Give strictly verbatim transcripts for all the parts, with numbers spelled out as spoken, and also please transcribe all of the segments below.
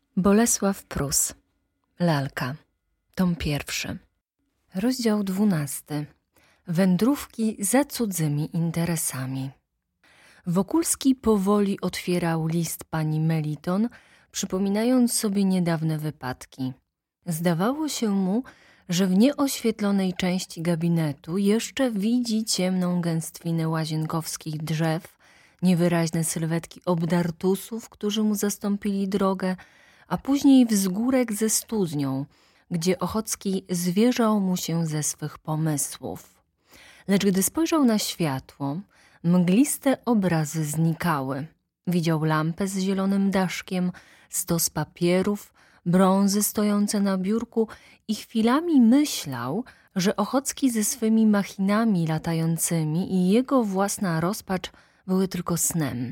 Bolesław Prus. Lalka. Tom pierwszy. Rozdział dwunasty. Wędrówki za cudzymi interesami. Wokulski powoli otwierał list pani Meliton, przypominając sobie niedawne wypadki. Zdawało się mu, że w nieoświetlonej części gabinetu jeszcze widzi ciemną gęstwinę łazienkowskich drzew, niewyraźne sylwetki obdartusów, którzy mu zastąpili drogę, a później wzgórek ze studnią, gdzie Ochocki zwierzał mu się ze swych pomysłów. Lecz gdy spojrzał na światło, mgliste obrazy znikały. Widział lampę z zielonym daszkiem, stos papierów, brązy stojące na biurku i chwilami myślał, że Ochocki ze swymi machinami latającymi i jego własna rozpacz były tylko snem.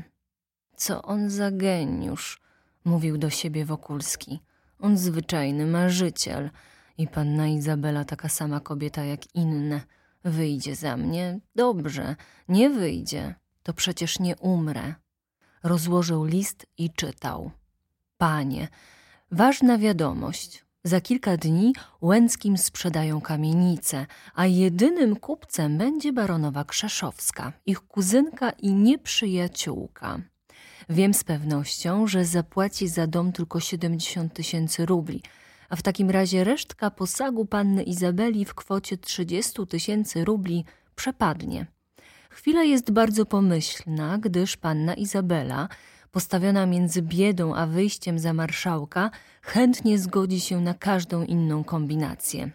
Co on za geniusz, mówił do siebie Wokulski. On zwyczajny marzyciel i panna Izabela taka sama kobieta jak inne. Wyjdzie za mnie? Dobrze. Nie wyjdzie. To przecież nie umrę. Rozłożył list i czytał. Panie, ważna wiadomość. Za kilka dni Łęckim sprzedają kamienicę, a jedynym kupcem będzie baronowa Krzeszowska, ich kuzynka i nieprzyjaciółka. Wiem z pewnością, że zapłaci za dom tylko siedemdziesiąt tysięcy rubli, a w takim razie resztka posagu panny Izabeli w kwocie trzydziestu tysięcy rubli przepadnie. Chwila jest bardzo pomyślna, gdyż panna Izabela, postawiona między biedą a wyjściem za marszałka, chętnie zgodzi się na każdą inną kombinację.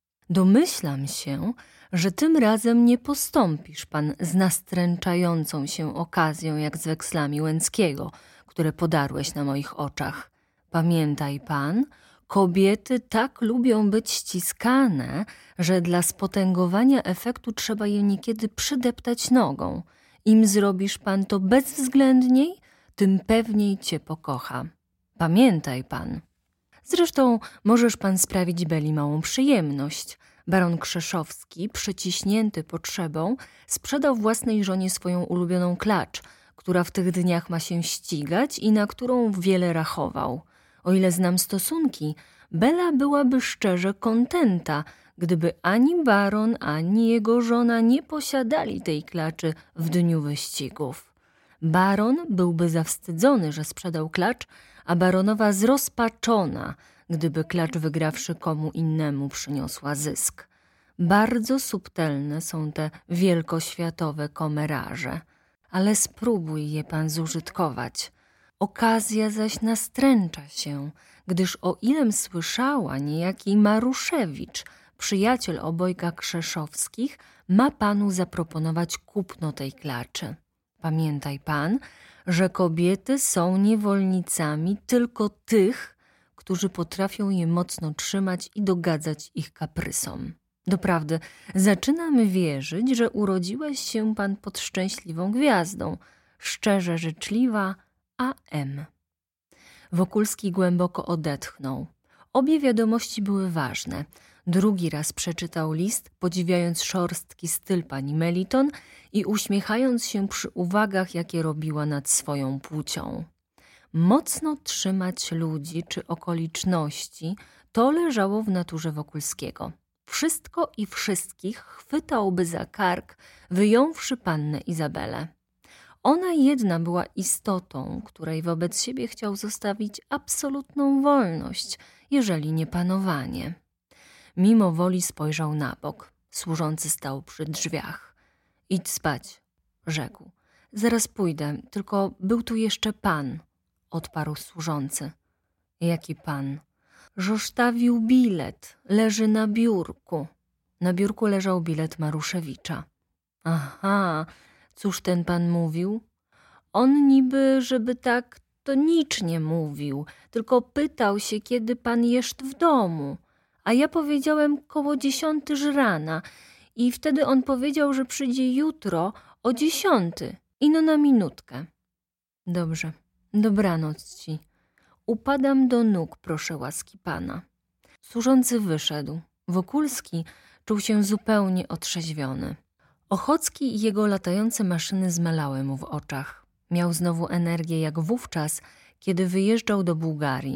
Domyślam się, że tym razem nie postąpisz pan z nastręczającą się okazją jak z wekslami Łęckiego, które podarłeś na moich oczach. Pamiętaj pan, kobiety tak lubią być ściskane, że dla spotęgowania efektu trzeba je niekiedy przydeptać nogą. Im zrobisz pan to bezwzględniej, tym pewniej cię pokocha. Pamiętaj pan. Zresztą możesz pan sprawić Beli małą przyjemność. Baron Krzeszowski, przyciśnięty potrzebą, sprzedał własnej żonie swoją ulubioną klacz, która w tych dniach ma się ścigać i na którą wiele rachował. O ile znam stosunki, Bela byłaby szczerze kontenta, gdyby ani baron, ani jego żona nie posiadali tej klaczy w dniu wyścigów. Baron byłby zawstydzony, że sprzedał klacz, a baronowa zrozpaczona, gdyby klacz wygrawszy komu innemu przyniosła zysk. Bardzo subtelne są te wielkoświatowe komeraże, ale spróbuj je pan zużytkować. Okazja zaś nastręcza się, gdyż o ilem słyszała niejaki Maruszewicz, przyjaciel obojga Krzeszowskich, ma panu zaproponować kupno tej klaczy. Pamiętaj pan, że kobiety są niewolnicami tylko tych, którzy potrafią je mocno trzymać i dogadzać ich kaprysom. Doprawdy, zaczynam wierzyć, że urodziłeś się pan pod szczęśliwą gwiazdą. Szczerze życzliwa A M. Wokulski głęboko odetchnął. Obie wiadomości były ważne. Drugi raz przeczytał list, podziwiając szorstki styl pani Meliton i uśmiechając się przy uwagach, jakie robiła nad swoją płcią. Mocno trzymać ludzi czy okoliczności, to leżało w naturze Wokulskiego. Wszystko i wszystkich chwytałby za kark, wyjąwszy pannę Izabelę. Ona jedna była istotą, której wobec siebie chciał zostawić absolutną wolność, jeżeli nie panowanie. Mimo woli spojrzał na bok. Służący stał przy drzwiach. Idź spać, rzekł. Zaraz pójdę, tylko był tu jeszcze pan, odparł służący. Jaki pan? Zostawił bilet, leży na biurku. Na biurku leżał bilet Maruszewicza. Aha, cóż ten pan mówił? On niby, żeby tak, to nic nie mówił, tylko pytał się, kiedy pan jest w domu. A ja powiedziałem koło dziesiąty rana i wtedy on powiedział, że przyjdzie jutro o dziesiąty, ino na minutkę. Dobrze, dobranoc ci. Upadam do nóg, proszę łaski pana. Służący wyszedł. Wokulski czuł się zupełnie otrzeźwiony. Ochocki i jego latające maszyny zmalały mu w oczach. Miał znowu energię jak wówczas, kiedy wyjeżdżał do Bułgarii.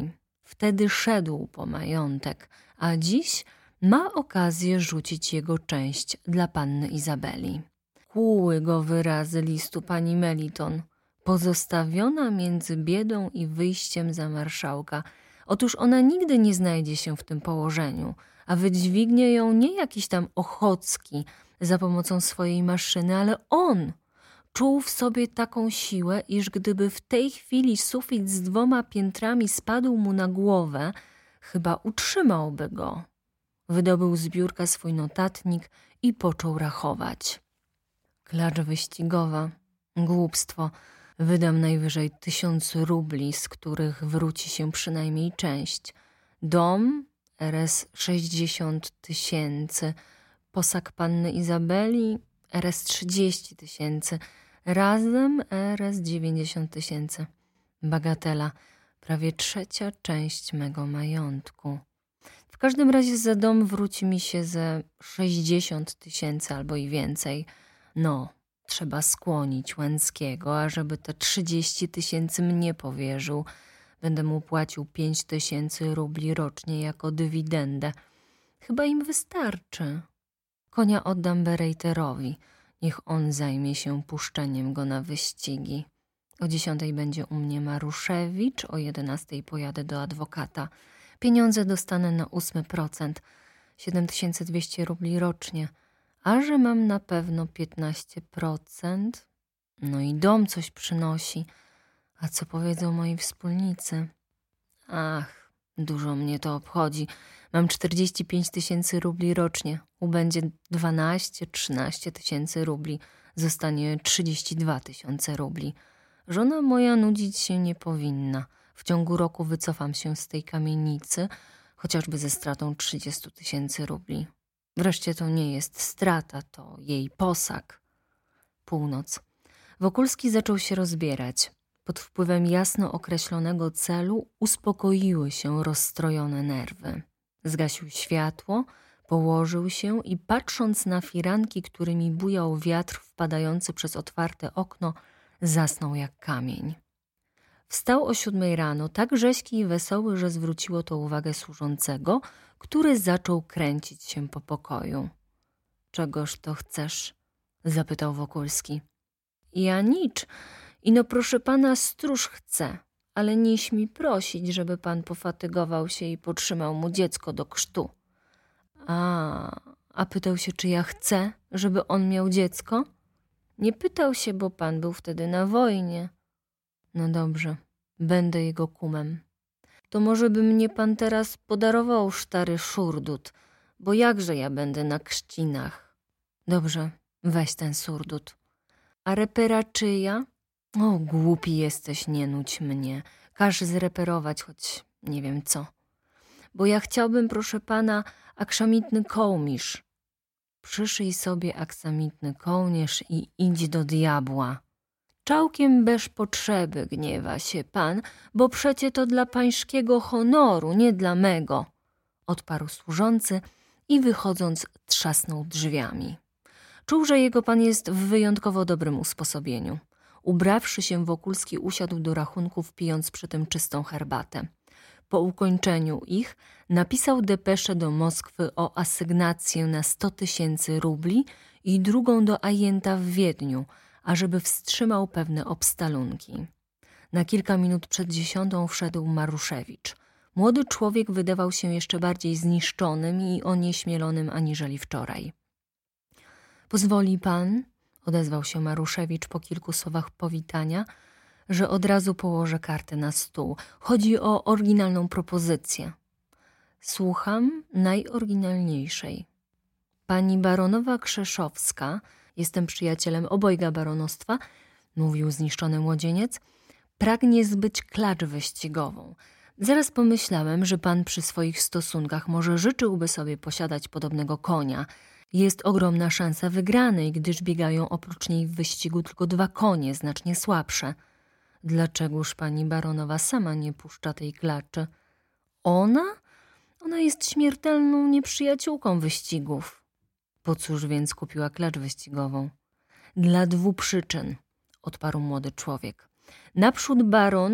Wtedy szedł po majątek, a dziś ma okazję rzucić jego część dla panny Izabeli. Kłuły go wyrazy listu pani Meliton, pozostawiona między biedą i wyjściem za marszałka. Otóż ona nigdy nie znajdzie się w tym położeniu, a wydźwignie ją nie jakiś tam Ochocki za pomocą swojej maszyny, ale on czuł w sobie taką siłę, iż gdyby w tej chwili sufit z dwoma piętrami spadł mu na głowę, chyba utrzymałby go. Wydobył z biurka swój notatnik i począł rachować. Klacz wyścigowa, głupstwo. Wydam najwyżej tysiąc rubli, z których wróci się przynajmniej część. Dom, R S sześćdziesiąt tysięcy, posag panny Izabeli, R S trzydzieści tysięcy, razem R S dziewięćdziesiąt tysięcy. Bagatela, prawie trzecia część mego majątku. W każdym razie za dom wróci mi się ze sześćdziesiąt tysięcy albo i więcej. No, trzeba skłonić Łęckiego, ażeby te trzydzieści tysięcy mnie powierzył. Będę mu płacił pięć tysięcy rubli rocznie jako dywidendę. Chyba im wystarczy. Konia oddam Berejterowi. Niech on zajmie się puszczeniem go na wyścigi. O dziesiątej będzie u mnie Maruszewicz, o jedenastej pojadę do adwokata. Pieniądze dostanę na ósmy procent, siedem tysięcy dwieście rubli rocznie. A że mam na pewno piętnaście procent, no i dom coś przynosi. A co powiedzą moi wspólnicy? Ach, dużo mnie to obchodzi. Mam czterdzieści pięć tysięcy rubli rocznie. Ubędzie dwanaście, trzynaście tysięcy rubli. Zostanie trzydzieści dwa tysiące rubli. Żona moja nudzić się nie powinna. W ciągu roku wycofam się z tej kamienicy, chociażby ze stratą trzydzieści tysięcy rubli. Wreszcie to nie jest strata, to jej posag. Północ. Wokulski zaczął się rozbierać. Pod wpływem jasno określonego celu uspokoiły się rozstrojone nerwy. Zgasił światło, położył się i patrząc na firanki, którymi bujał wiatr wpadający przez otwarte okno, zasnął jak kamień. Wstał o siódmej rano, tak rzeźki i wesoły, że zwróciło to uwagę służącego, który zaczął kręcić się po pokoju. — Czegoż to chcesz? — zapytał Wokulski. — Ja nic. Ino proszę pana stróż chce, ale nie śmi prosić, żeby pan pofatygował się i potrzymał mu dziecko do krztu. — A, a pytał się, czy ja chcę, żeby on miał dziecko? — Nie pytał się, bo pan był wtedy na wojnie. — No dobrze, będę jego kumem. To może by mnie pan teraz podarował stary szurdut, bo jakże ja będę na krzcinach. Dobrze, weź ten surdut. A repera czyja? O, głupi jesteś, nie nudź mnie. Każ zreperować, choć nie wiem co. Bo ja chciałbym, proszę pana, aksamitny kołmisz. Przyszyj sobie aksamitny kołnierz i idź do diabła. Czałkiem bez potrzeby gniewa się pan, bo przecie to dla pańskiego honoru, nie dla mego, odparł służący i wychodząc trzasnął drzwiami. Czuł, że jego pan jest w wyjątkowo dobrym usposobieniu. Ubrawszy się, Wokulski usiadł do rachunków, pijąc przy tym czystą herbatę. Po ukończeniu ich napisał depeszę do Moskwy o asygnację na sto tysięcy rubli i drugą do ajenta w Wiedniu, ażeby wstrzymał pewne obstalunki. Na kilka minut przed dziesiątą wszedł Maruszewicz. Młody człowiek wydawał się jeszcze bardziej zniszczonym i onieśmielonym aniżeli wczoraj. — Pozwoli pan — odezwał się Maruszewicz po kilku słowach powitania, że od razu położę kartę na stół. Chodzi o oryginalną propozycję. — Słucham najoryginalniejszej. Pani baronowa Krzeszowska, jestem przyjacielem obojga baronostwa, mówił zniszczony młodzieniec, pragnie zbyć klacz wyścigową. Zaraz pomyślałem, że pan przy swoich stosunkach może życzyłby sobie posiadać podobnego konia. Jest ogromna szansa wygranej, gdyż biegają oprócz niej w wyścigu tylko dwa konie, znacznie słabsze. Dlaczegoż pani baronowa sama nie puszcza tej klaczy? Ona? Ona jest śmiertelną nieprzyjaciółką wyścigów. Po cóż więc kupiła klacz wyścigową? Dla dwóch przyczyn, odparł młody człowiek. Naprzód baron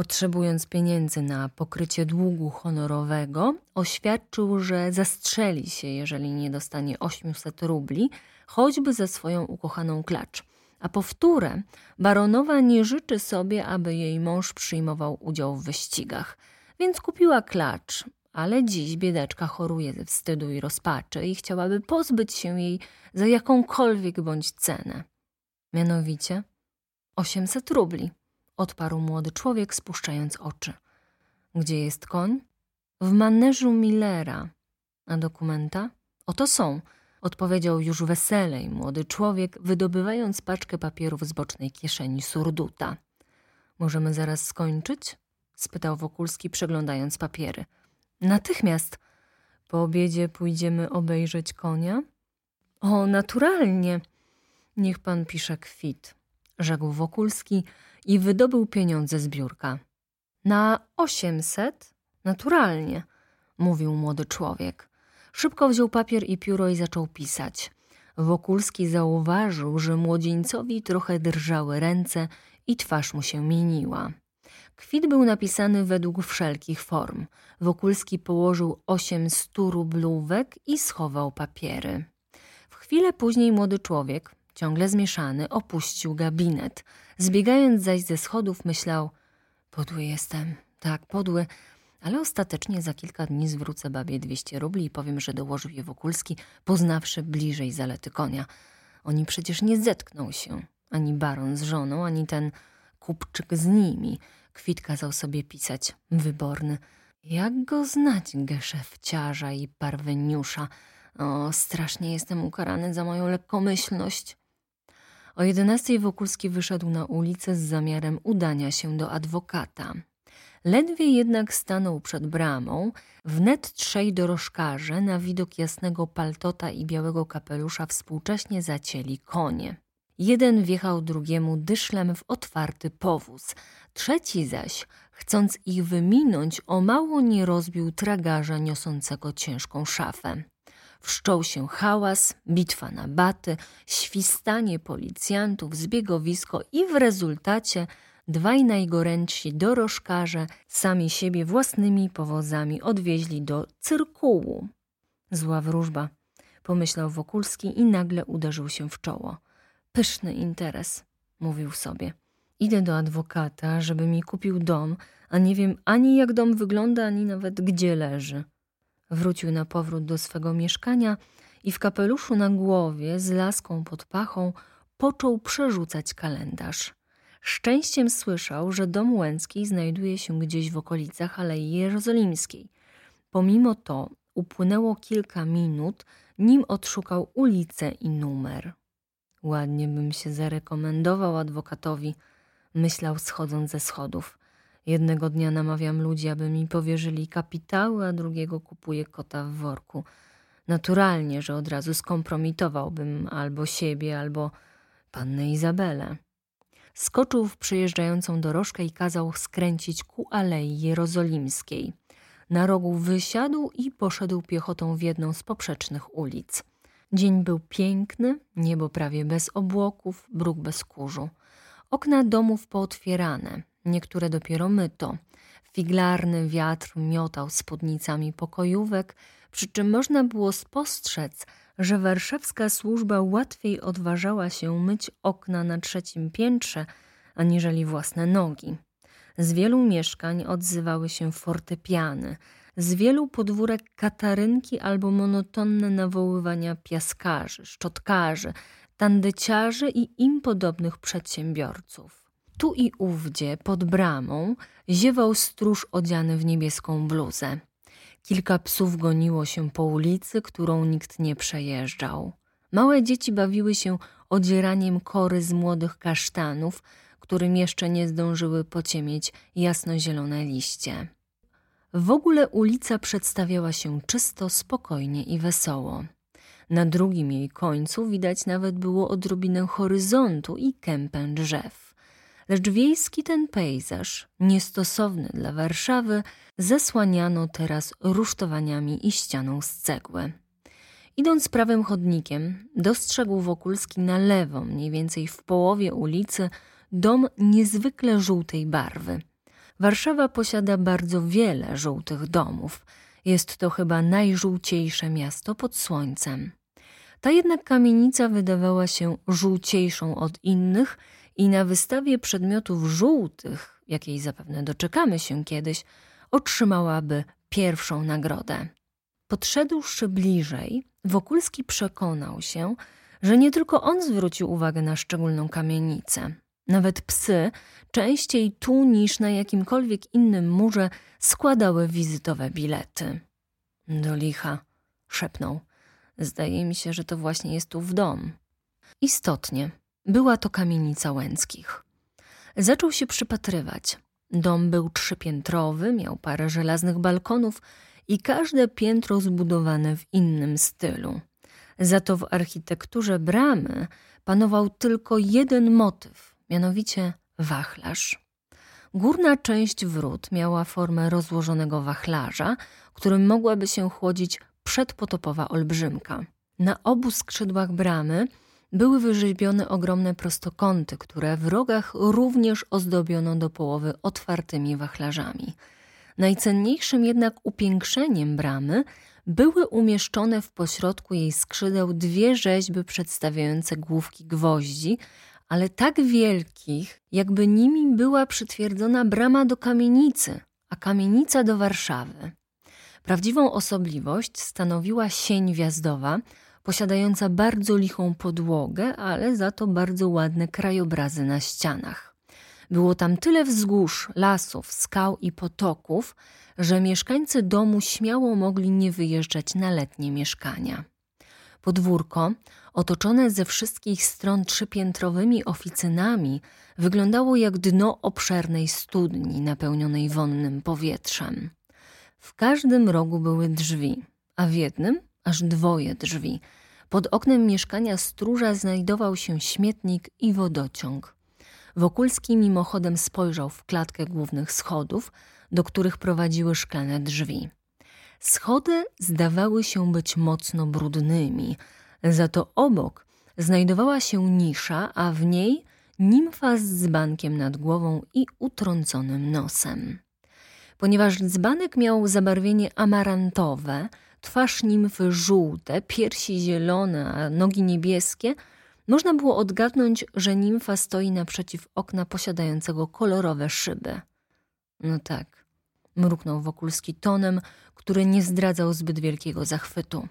Potrzebując pieniędzy na pokrycie długu honorowego, oświadczył, że zastrzeli się, jeżeli nie dostanie osiemset rubli, choćby za swoją ukochaną klacz. A powtórę, baronowa nie życzy sobie, aby jej mąż przyjmował udział w wyścigach, więc kupiła klacz, ale dziś biedaczka choruje ze wstydu i rozpaczy i chciałaby pozbyć się jej za jakąkolwiek bądź cenę. Mianowicie osiemset rubli, odparł młody człowiek, spuszczając oczy. Gdzie jest koń? W maneżu Millera. A dokumenta? Oto są, odpowiedział już weselej młody człowiek, wydobywając paczkę papierów z bocznej kieszeni surduta. Możemy zaraz skończyć? Spytał Wokulski, przeglądając papiery. Natychmiast. Po obiedzie pójdziemy obejrzeć konia? O, naturalnie. Niech pan pisze kwit, rzekł Wokulski i wydobył pieniądze z biurka. Na osiemset? Naturalnie, mówił młody człowiek. Szybko wziął papier i pióro i zaczął pisać. Wokulski zauważył, że młodzieńcowi trochę drżały ręce i twarz mu się mieniła. Kwit był napisany według wszelkich form. Wokulski położył osiem stu rublówek i schował papiery. W chwilę później młody człowiek, ciągle zmieszany, opuścił gabinet. Zbiegając zaś ze schodów, myślał: podły jestem, tak, podły, ale ostatecznie za kilka dni zwrócę babie dwieście rubli i powiem, że dołożył je Wokulski, poznawszy bliżej zalety konia. Oni przecież nie zetkną się, ani baron z żoną, ani ten kupczyk z nimi. Kwit kazał sobie pisać: wyborny. Jak go znać, geszefciarza i parweniusza? O, strasznie jestem ukarany za moją lekkomyślność. O jedenastej Wokulski wyszedł na ulicę z zamiarem udania się do adwokata. Ledwie jednak stanął przed bramą, wnet trzej dorożkarze na widok jasnego paltota i białego kapelusza współcześnie zacięli konie. Jeden wjechał drugiemu dyszlem w otwarty powóz, trzeci zaś, chcąc ich wyminąć, o mało nie rozbił tragarza niosącego ciężką szafę. Wszczął się hałas, bitwa na baty, świstanie policjantów, zbiegowisko i w rezultacie dwaj najgorętsi dorożkarze sami siebie własnymi powozami odwieźli do cyrkułu. Zła wróżba, pomyślał Wokulski i nagle uderzył się w czoło. Pyszny interes, mówił sobie. Idę do adwokata, żeby mi kupił dom, a nie wiem ani jak dom wygląda, ani nawet gdzie leży. Wrócił na powrót do swego mieszkania i w kapeluszu na głowie z laską pod pachą począł przerzucać kalendarz. Szczęściem słyszał, że dom Łęckiej znajduje się gdzieś w okolicach Alei Jerozolimskiej. Pomimo to upłynęło kilka minut, nim odszukał ulicę i numer. Ładnie bym się zarekomendował adwokatowi, myślał schodząc ze schodów. Jednego dnia namawiam ludzi, aby mi powierzyli kapitały, a drugiego kupuję kota w worku. Naturalnie, że od razu skompromitowałbym albo siebie, albo pannę Izabelę. Skoczył w przejeżdżającą dorożkę i kazał skręcić ku Alei Jerozolimskiej. Na rogu wysiadł i poszedł piechotą w jedną z poprzecznych ulic. Dzień był piękny, niebo prawie bez obłoków, bruk bez kurzu. Okna domów pootwierane, niektóre dopiero myto. Figlarny wiatr miotał spódnicami pokojówek, przy czym można było spostrzec, że warszawska służba łatwiej odważała się myć okna na trzecim piętrze, aniżeli własne nogi. Z wielu mieszkań odzywały się fortepiany, z wielu podwórek katarynki albo monotonne nawoływania piaskarzy, szczotkarzy, tandyciarzy i im podobnych przedsiębiorców. Tu i ówdzie pod bramą ziewał stróż odziany w niebieską bluzę. Kilka psów goniło się po ulicy, którą nikt nie przejeżdżał. Małe dzieci bawiły się odzieraniem kory z młodych kasztanów, którym jeszcze nie zdążyły pociemieć jasnozielone liście. W ogóle ulica przedstawiała się czysto, spokojnie i wesoło. Na drugim jej końcu widać nawet było odrobinę horyzontu i kępę drzew. Lecz wiejski ten pejzaż, niestosowny dla Warszawy, zasłaniano teraz rusztowaniami i ścianą z cegły. Idąc prawym chodnikiem, dostrzegł Wokulski na lewo, mniej więcej w połowie ulicy, dom niezwykle żółtej barwy. Warszawa posiada bardzo wiele żółtych domów. Jest to chyba najżółciejsze miasto pod słońcem. Ta jednak kamienica wydawała się żółciejszą od innych i na wystawie przedmiotów żółtych, jakiej zapewne doczekamy się kiedyś, otrzymałaby pierwszą nagrodę. Podszedłszy bliżej, Wokulski przekonał się, że nie tylko on zwrócił uwagę na szczególną kamienicę. Nawet psy, częściej tu niż na jakimkolwiek innym murze, składały wizytowe bilety. Do licha, szepnął. Zdaje mi się, że to właśnie jest tu w dom. Istotnie, była to kamienica Łęckich. Zaczął się przypatrywać. Dom był trzypiętrowy, miał parę żelaznych balkonów i każde piętro zbudowane w innym stylu. Za to w architekturze bramy panował tylko jeden motyw, mianowicie wachlarz. Górna część wrót miała formę rozłożonego wachlarza, którym mogłaby się chłodzić przedpotopowa olbrzymka. Na obu skrzydłach bramy były wyrzeźbione ogromne prostokąty, które w rogach również ozdobiono do połowy otwartymi wachlarzami. Najcenniejszym jednak upiększeniem bramy były umieszczone w pośrodku jej skrzydeł dwie rzeźby przedstawiające główki gwoździ, ale tak wielkich, jakby nimi była przytwierdzona brama do kamienicy, a kamienica do Warszawy. Prawdziwą osobliwość stanowiła sień wjazdowa, posiadająca bardzo lichą podłogę, ale za to bardzo ładne krajobrazy na ścianach. Było tam tyle wzgórz, lasów, skał i potoków, że mieszkańcy domu śmiało mogli nie wyjeżdżać na letnie mieszkania. Podwórko, otoczone ze wszystkich stron trzypiętrowymi oficynami, wyglądało jak dno obszernej studni napełnionej wonnym powietrzem. W każdym rogu były drzwi, a w jednym aż dwoje drzwi. Pod oknem mieszkania stróża znajdował się śmietnik i wodociąg. Wokulski mimochodem spojrzał w klatkę głównych schodów, do których prowadziły szklane drzwi. Schody zdawały się być mocno brudnymi, za to obok znajdowała się nisza, a w niej nimfa z dzbankiem nad głową i utrąconym nosem. Ponieważ dzbanek miał zabarwienie amarantowe, twarz nimfy żółte, piersi zielone, a nogi niebieskie, można było odgadnąć, że nimfa stoi naprzeciw okna posiadającego kolorowe szyby. No tak, mruknął Wokulski tonem, który nie zdradzał zbyt wielkiego zachwytu.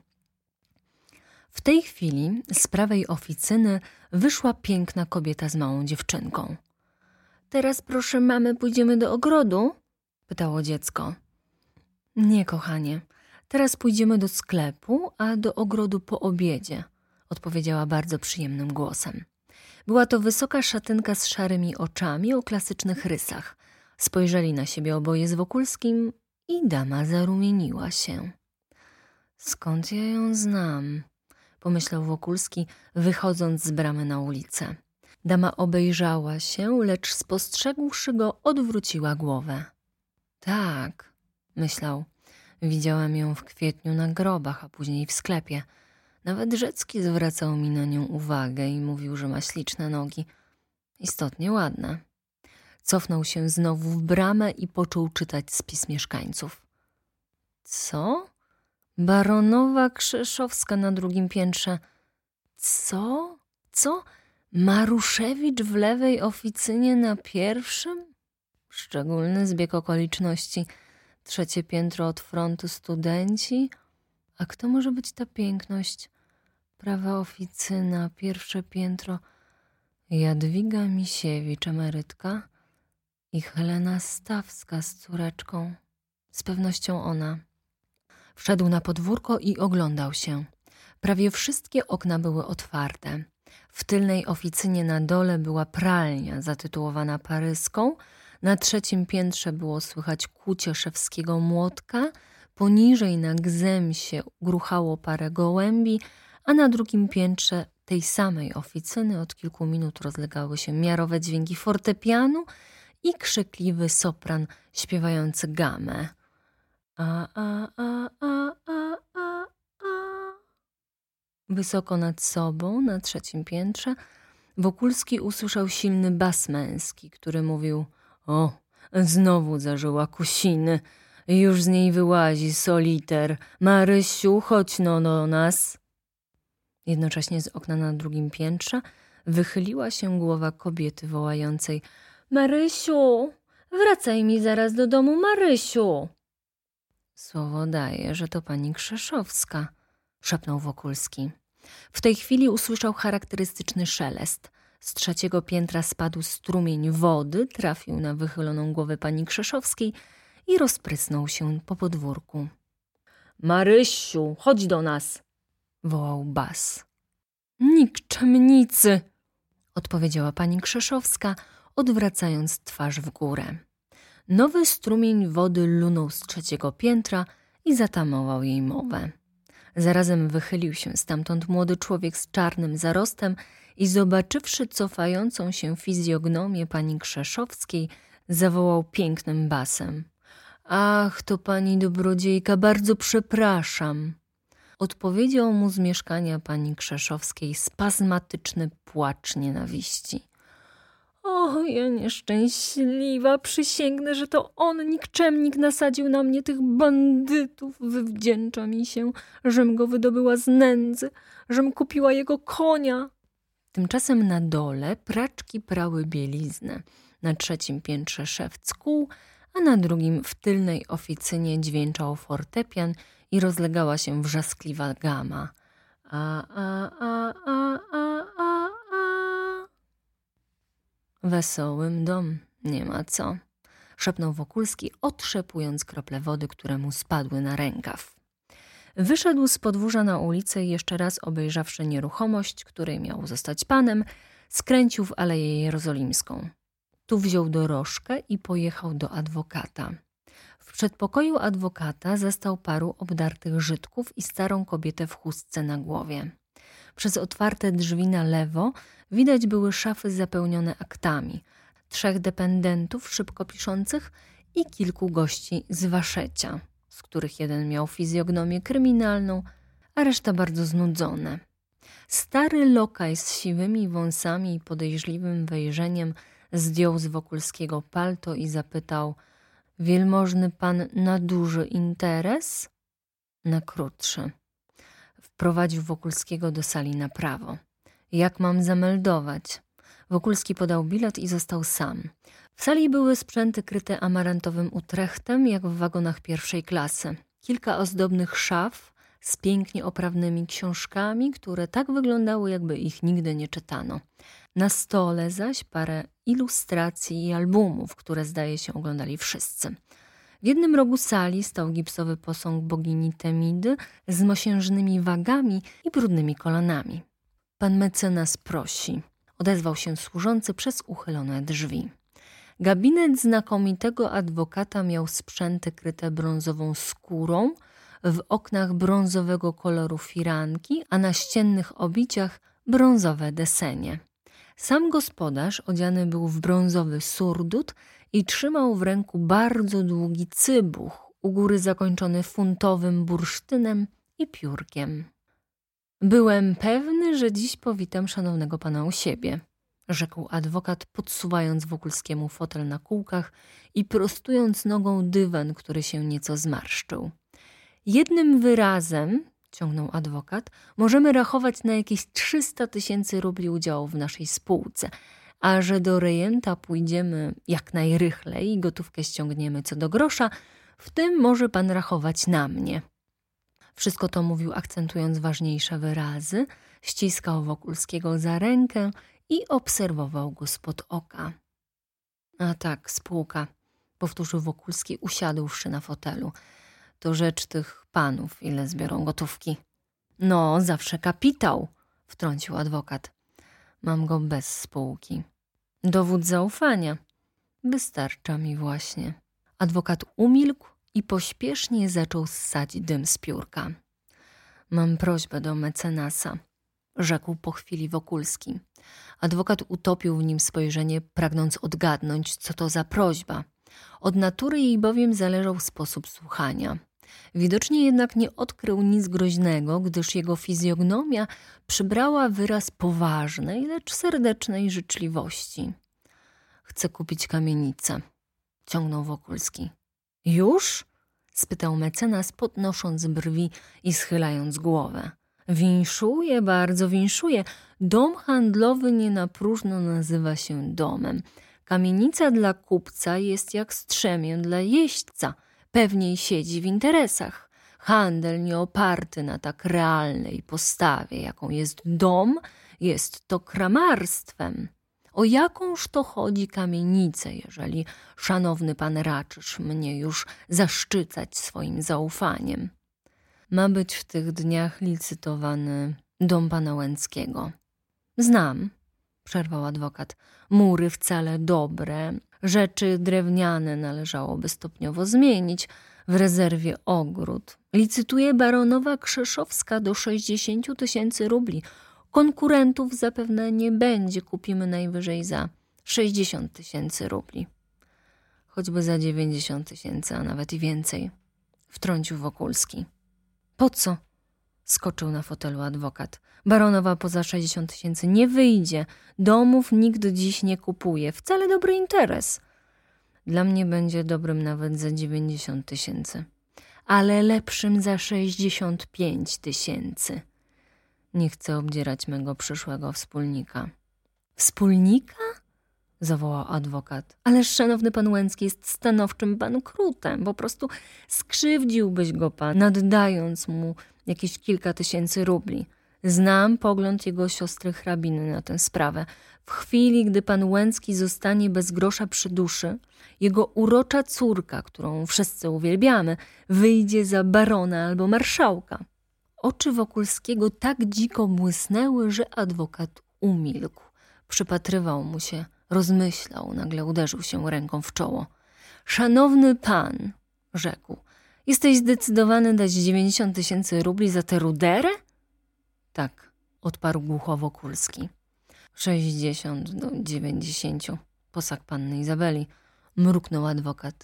W tej chwili z prawej oficyny wyszła piękna kobieta z małą dziewczynką. Teraz, proszę mamy, pójdziemy do ogrodu? Pytało dziecko. Nie, kochanie, teraz pójdziemy do sklepu, a do ogrodu po obiedzie, odpowiedziała bardzo przyjemnym głosem. Była to wysoka szatynka z szarymi oczami o klasycznych rysach. Spojrzeli na siebie oboje z Wokulskim i dama zarumieniła się. Skąd ja ją znam? Pomyślał Wokulski, wychodząc z bramy na ulicę. Dama obejrzała się, lecz spostrzegłszy go, odwróciła głowę. Tak, myślał, widziałem ją w kwietniu na grobach, a później w sklepie. Nawet Rzecki zwracał mi na nią uwagę i mówił, że ma śliczne nogi. Istotnie ładne. Cofnął się znowu w bramę i począł czytać spis mieszkańców. Co? Baronowa Krzeszowska na drugim piętrze. Co? Co? Maruszewicz w lewej oficynie na pierwszym? Szczególny zbieg okoliczności. Trzecie piętro od frontu studenci. A kto może być ta piękność? Prawa oficyna, pierwsze piętro. Jadwiga Misiewicz, emerytka. I Helena Stawska z córeczką. Z pewnością ona. Wszedł na podwórko i oglądał się. Prawie wszystkie okna były otwarte. W tylnej oficynie na dole była pralnia zatytułowana Paryską. Na trzecim piętrze było słychać kucie szewskiego młotka. Poniżej na gzemsie gruchało parę gołębi, a na drugim piętrze tej samej oficyny od kilku minut rozlegały się miarowe dźwięki fortepianu i krzykliwy sopran śpiewający gamę. A, a, a, a, a, a, a. Wysoko nad sobą, na trzecim piętrze, Wokulski usłyszał silny bas męski, który mówił: o, Znowu zażyła kusiny. Już z niej wyłazi soliter. Marysiu, chodź no do nas. Jednocześnie z okna na drugim piętrze wychyliła się głowa kobiety wołającej: Marysiu, wracaj mi zaraz do domu, Marysiu. Słowo daje, że to pani Krzeszowska, szepnął Wokulski. W tej chwili usłyszał charakterystyczny szelest. Z trzeciego piętra spadł strumień wody, trafił na wychyloną głowę pani Krzeszowskiej i rozprysnął się po podwórku. Marysiu, chodź do nas, wołał bas. Nikczemnicy, odpowiedziała pani Krzeszowska, odwracając twarz w górę. Nowy strumień wody lunął z trzeciego piętra i zatamował jej mowę. Zarazem wychylił się stamtąd młody człowiek z czarnym zarostem i zobaczywszy cofającą się fizjognomię pani Krzeszowskiej, zawołał pięknym basem: Ach, to pani dobrodziejka, bardzo przepraszam. Odpowiedział mu z mieszkania pani Krzeszowskiej spazmatyczny płacz nienawiści. O, ja nieszczęśliwa, przysięgnę, że to on, nikczemnik, nasadził na mnie tych bandytów. Wywdzięcza mi się, żem go wydobyła z nędzy, żem kupiła jego konia. Tymczasem na dole praczki prały bieliznę. Na trzecim piętrze szewc kół, a na drugim w tylnej oficynie dźwięczał fortepian i rozlegała się wrzaskliwa gama. A, a, a, a, a, a, a. Wesołym dom, nie ma co, szepnął Wokulski, otrzepując krople wody, które mu spadły na rękaw. Wyszedł z podwórza na ulicę i jeszcze raz obejrzawszy nieruchomość, której miał zostać panem, skręcił w Aleję Jerozolimską. Tu wziął dorożkę i pojechał do adwokata. W przedpokoju adwokata zastał paru obdartych Żydków i starą kobietę w chustce na głowie. Przez otwarte drzwi na lewo widać były szafy zapełnione aktami, trzech dependentów szybko piszących i kilku gości z Waszecia, z których jeden miał fizjognomię kryminalną, a reszta bardzo znudzone. Stary lokaj z siwymi wąsami i podejrzliwym wejrzeniem zdjął z Wokulskiego palto i zapytał: Wielmożny pan na duży interes? Na krótszy. Wprowadził Wokulskiego do sali na prawo. Jak mam zameldować? Wokulski podał bilet i został sam. W sali były sprzęty kryte amarantowym utrechtem, jak w wagonach pierwszej klasy. Kilka ozdobnych szaf z pięknie oprawnymi książkami, które tak wyglądały, jakby ich nigdy nie czytano. Na stole zaś parę ilustracji i albumów, które zdaje się oglądali wszyscy. W jednym rogu sali stał gipsowy posąg bogini Temidy z mosiężnymi wagami i brudnymi kolanami. Pan mecenas prosi, odezwał się służący przez uchylone drzwi. Gabinet znakomitego adwokata miał sprzęty kryte brązową skórą, w oknach brązowego koloru firanki, a na ściennych obiciach brązowe desenie. Sam gospodarz odziany był w brązowy surdut i trzymał w ręku bardzo długi cybuch, u góry zakończony funtowym bursztynem i piórkiem. Byłem pewny, że dziś powitam szanownego pana u siebie, rzekł adwokat, podsuwając Wokulskiemu fotel na kółkach i prostując nogą dywan, który się nieco zmarszczył. Jednym wyrazem, ciągnął adwokat, możemy rachować na jakieś trzysta tysięcy rubli udziału w naszej spółce, a że do rejenta pójdziemy jak najrychlej i gotówkę ściągniemy co do grosza, w tym może pan rachować na mnie. Wszystko to mówił akcentując ważniejsze wyrazy, ściskał Wokulskiego za rękę i obserwował go spod oka. A tak, spółka, powtórzył Wokulski, usiadłszy na fotelu. To rzecz tych panów, ile zbiorą gotówki. No, zawsze kapitał, wtrącił adwokat. Mam go bez spółki. Dowód zaufania. Wystarcza mi właśnie. Adwokat umilkł i pośpiesznie zaczął ssać dym z piórka. Mam prośbę do mecenasa, rzekł po chwili Wokulski. Adwokat utopił w nim spojrzenie, pragnąc odgadnąć, co to za prośba. Od natury jej bowiem zależał sposób słuchania. Widocznie jednak nie odkrył nic groźnego, gdyż jego fizjognomia przybrała wyraz poważnej, lecz serdecznej życzliwości. Chcę kupić kamienicę, ciągnął Wokulski. Już? spytał mecenas, podnosząc brwi i schylając głowę. Winszuję, bardzo winszuję. Dom handlowy nie na próżno nazywa się domem. Kamienica dla kupca jest jak strzemię dla jeźdźca. Pewniej siedzi w interesach. Handel nie oparty na tak realnej postawie, jaką jest dom, jest to kramarstwem. O jakąż to chodzi kamienicę, jeżeli szanowny pan raczysz mnie już zaszczycać swoim zaufaniem? Ma być w tych dniach licytowany dom pana Łęckiego. Znam, przerwał adwokat, mury wcale dobre, rzeczy drewniane należałoby stopniowo zmienić, w rezerwie ogród. Licytuje baronowa Krzeszowska do sześćdziesięciu tysięcy rubli. Konkurentów zapewne nie będzie, kupimy najwyżej za sześćdziesiąt tysięcy rubli. Choćby za dziewięćdziesiąt tysięcy, a nawet i więcej, wtrącił Wokulski. Po co? Skoczył na fotelu adwokat. Baronowa poza sześćdziesiąt tysięcy nie wyjdzie. Domów nikt dziś nie kupuje. Wcale dobry interes. Dla mnie będzie dobrym nawet za dziewięćdziesiąt tysięcy. Ale lepszym za sześćdziesiąt pięć tysięcy. Nie chcę obdzierać mego przyszłego wspólnika. Wspólnika? Zawołał adwokat. Ależ szanowny pan Łęcki jest stanowczym bankrutem. Po prostu skrzywdziłbyś go pan, naddając mu jakieś kilka tysięcy rubli. Znam pogląd jego siostry hrabiny na tę sprawę. W chwili, gdy pan Łęcki zostanie bez grosza przy duszy, jego urocza córka, którą wszyscy uwielbiamy, wyjdzie za barona albo marszałka. Oczy Wokulskiego tak dziko błysnęły, że adwokat umilkł. Przypatrywał mu się, rozmyślał, nagle uderzył się ręką w czoło. Szanowny pan, rzekł, jesteś zdecydowany dać dziewięćdziesiąt tysięcy rubli za tę ruderę? Tak, odparł głucho Wokulski. Sześćdziesiąt do dziewięćdziesięciu, posag panny Izabeli, mruknął adwokat.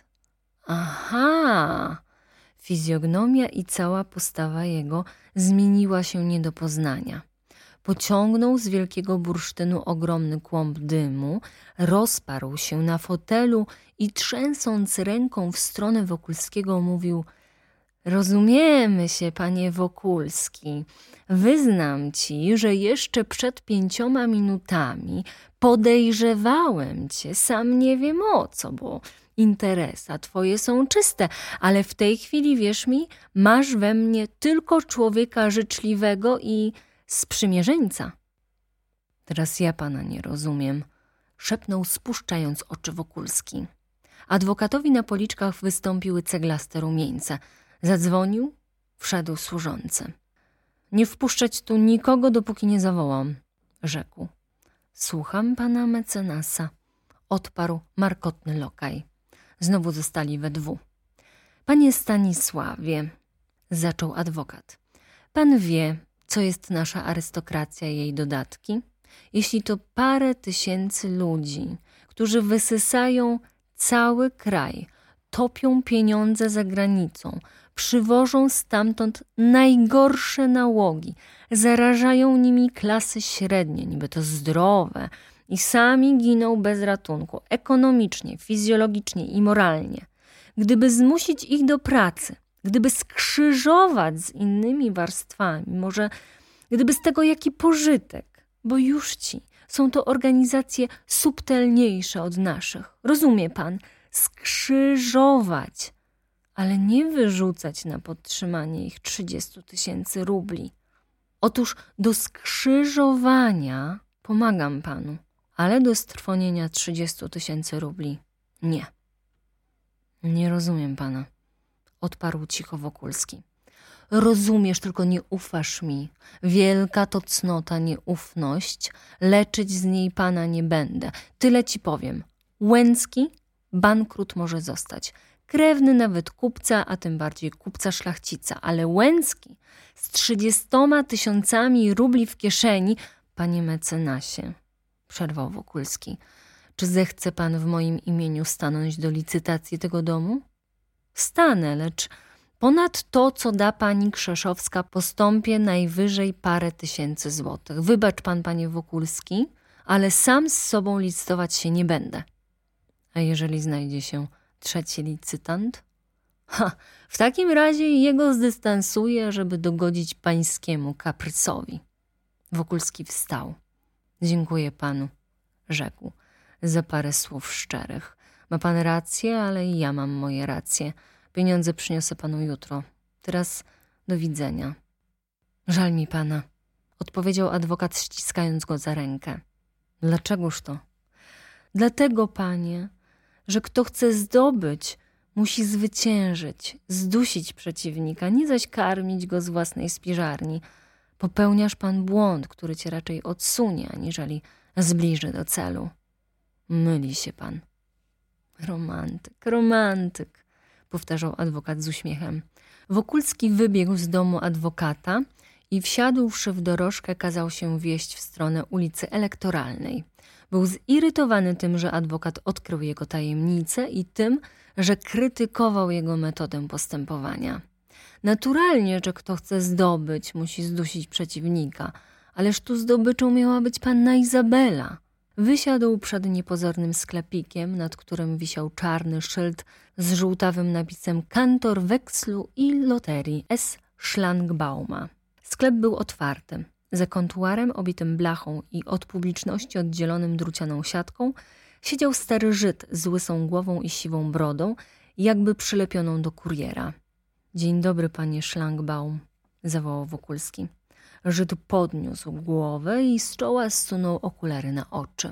Aha! Fizjognomia i cała postawa jego zmieniła się nie do poznania. Pociągnął z wielkiego bursztynu ogromny kłąb dymu, rozparł się na fotelu i trzęsąc ręką w stronę Wokulskiego mówił: rozumiemy się, panie Wokulski. Wyznam ci, że jeszcze przed pięcioma minutami podejrzewałem cię, sam nie wiem o co, bo interesa twoje są czyste, ale w tej chwili, wierz mi, masz we mnie tylko człowieka życzliwego i sprzymierzeńca. Teraz ja pana nie rozumiem, szepnął spuszczając oczy Wokulski. Adwokatowi na policzkach wystąpiły ceglaste rumieńce. Zadzwonił, wszedł służący. Nie wpuszczać tu nikogo, dopóki nie zawołam, rzekł. Słucham pana mecenasa, odparł markotny lokaj. Znowu zostali we dwu. Panie Stanisławie, zaczął adwokat, pan wie, co jest nasza arystokracja i jej dodatki? Jeśli to parę tysięcy ludzi, którzy wysysają cały kraj, topią pieniądze za granicą, przywożą stamtąd najgorsze nałogi, zarażają nimi klasy średnie, niby to zdrowe, i sami giną bez ratunku, ekonomicznie, fizjologicznie i moralnie. Gdyby zmusić ich do pracy, gdyby skrzyżować z innymi warstwami, może gdyby z tego jaki pożytek, bo już ci są to organizacje subtelniejsze od naszych. Rozumie pan? Skrzyżować, ale nie wyrzucać na podtrzymanie ich trzydziestu tysięcy rubli. Otóż do skrzyżowania pomagam panu, ale do strwonienia trzydziestu tysięcy rubli nie. Nie rozumiem pana, odparł cicho Wokulski. Rozumiesz, tylko nie ufasz mi. Wielka to cnota, nieufność. Leczyć z niej pana nie będę. Tyle ci powiem. Łęcki bankrut może zostać. Krewny nawet kupca, a tym bardziej kupca szlachcica. Ale Łęcki z trzydziestoma tysiącami rubli w kieszeni, panie mecenasie, przerwał Wokulski, czy zechce pan w moim imieniu stanąć do licytacji tego domu? Stanę, lecz ponad to, co da pani Krzeszowska, postąpię najwyżej parę tysięcy złotych. Wybacz pan, panie Wokulski, ale sam z sobą licytować się nie będę. A jeżeli znajdzie się Trzeci licytant. Ha, w takim razie jego zdystansuję, żeby dogodzić pańskiemu kaprysowi. Wokulski wstał. Dziękuję panu, rzekł, za parę słów szczerych. Ma pan rację, ale i ja mam moje racje. Pieniądze przyniosę panu jutro. Teraz do widzenia. Żal mi pana, odpowiedział adwokat, ściskając go za rękę. Dlaczegoż to? Dlatego, panie, że kto chce zdobyć, musi zwyciężyć, zdusić przeciwnika, nie zaś karmić go z własnej spiżarni. Popełniasz pan błąd, który cię raczej odsunie, aniżeli zbliży do celu. Myli się pan. Romantyk, romantyk, powtarzał adwokat z uśmiechem. Wokulski wybiegł z domu adwokata i wsiadłszy w dorożkę, kazał się wieść w stronę ulicy Elektoralnej. Był zirytowany tym, że adwokat odkrył jego tajemnicę i tym, że krytykował jego metodę postępowania. Naturalnie, że kto chce zdobyć, musi zdusić przeciwnika, ależ tu zdobyczą miała być panna Izabela. Wysiadł przed niepozornym sklepikiem, nad którym wisiał czarny szyld z żółtawym napisem Kantor wekslu i loterii S. Szlangbauma. Sklep był otwarty. Za kontuarem obitym blachą i od publiczności oddzielonym drucianą siatką siedział stary Żyd z łysą głową i siwą brodą, jakby przylepioną do kuriera. Dzień dobry, panie Szlangbaum, zawołał Wokulski. Żyd podniósł głowę i z czoła zsunął okulary na oczy.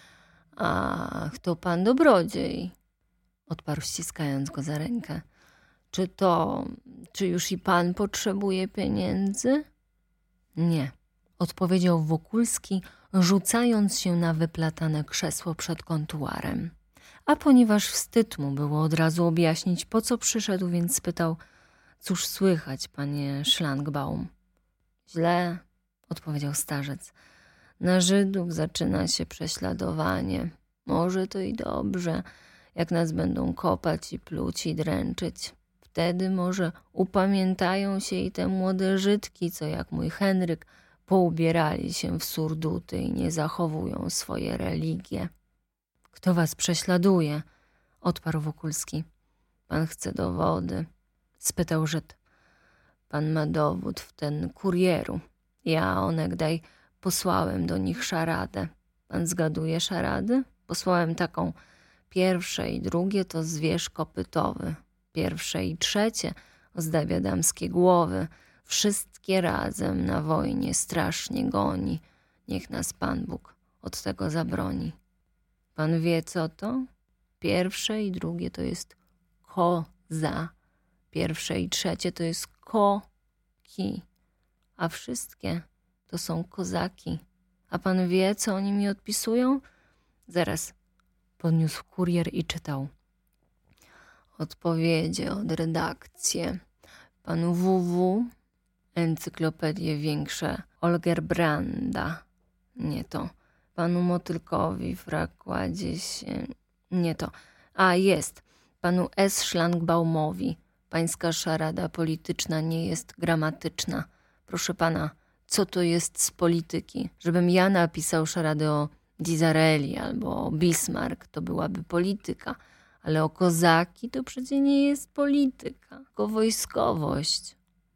Ach, to pan dobrodziej, odparł, ściskając go za rękę. Czy to, czy już i pan potrzebuje pieniędzy? Nie, odpowiedział Wokulski, rzucając się na wyplatane krzesło przed kontuarem. A ponieważ wstyd mu było od razu objaśnić, po co przyszedł, więc spytał, cóż słychać, panie Szlangbaum? Źle, odpowiedział starzec. Na Żydów zaczyna się prześladowanie. Może to i dobrze, jak nas będą kopać i pluć i dręczyć. Wtedy może upamiętają się i te młode Żydki, co jak mój Henryk poubierali się w surduty i nie zachowują swoje religie. Kto was prześladuje? Odparł Wokulski. Pan chce dowody? Spytał Żyd. Pan ma dowód w ten kurieru. Ja onegdaj posłałem do nich szaradę. Pan zgaduje szarady? Posłałem taką. Pierwsze i drugie to zwierz kopytowy. Pierwsze i trzecie ozdabia damskie głowy. Wszystkie razem na wojnie strasznie goni. Niech nas Pan Bóg od tego zabroni. Pan wie, co to? Pierwsze i drugie to jest koza. Pierwsze i trzecie to jest koki. A wszystkie to są kozaki. A pan wie, co oni mi odpisują? Zaraz. Podniósł kurier i czytał. Odpowiedzie od redakcji. Panu W W, encyklopedie większe Olgerbranda. Nie to. Panu Motylkowi w rakładzie się... Nie to. A, jest. Panu S. Szlangbaumowi. Pańska szarada polityczna nie jest gramatyczna. Proszę pana, co to jest z polityki? Żebym ja napisał szaradę o Disraeli albo o Bismarck, to byłaby polityka. Ale o kozaki to przecież nie jest polityka, tylko wojskowość.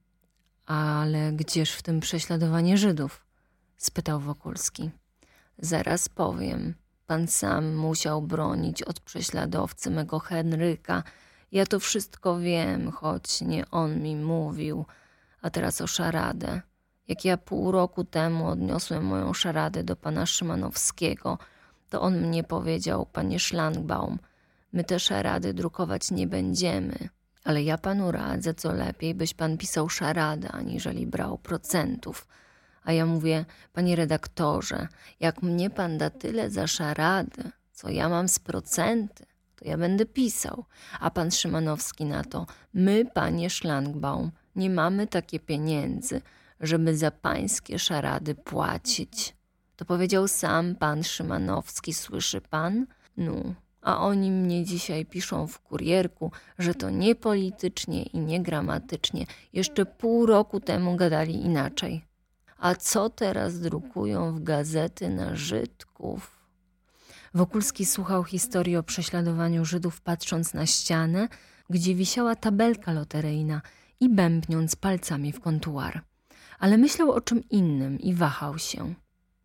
Ale gdzież w tym prześladowanie Żydów? Spytał Wokulski. Zaraz powiem. Pan sam musiał bronić od prześladowcy mego Henryka. Ja to wszystko wiem, choć nie on mi mówił. A teraz o szaradę. Jak ja pół roku temu odniosłem moją szaradę do pana Szymanowskiego, to on mnie powiedział, panie Szlangbaum, my te szarady drukować nie będziemy, ale ja panu radzę, co lepiej, byś pan pisał szaradę, aniżeli brał procentów. A ja mówię, panie redaktorze, jak mnie pan da tyle za szaradę, co ja mam z procenty, to ja będę pisał. A pan Szymanowski na to, my, panie Szlangbaum, nie mamy takie pieniędzy, żeby za pańskie szarady płacić. To powiedział sam pan Szymanowski, słyszy pan? No, a oni mnie dzisiaj piszą w kurierku, że to nie politycznie i nie gramatycznie. Jeszcze pół roku temu gadali inaczej. A co teraz drukują w gazety na Żydków? Wokulski słuchał historii o prześladowaniu Żydów, patrząc na ścianę, gdzie wisiała tabelka loteryjna i bębniąc palcami w kontuar. Ale myślał o czym innym i wahał się.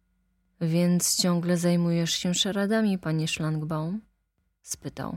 Więc ciągle zajmujesz się szaradami, panie Szlangbaum? Spytał.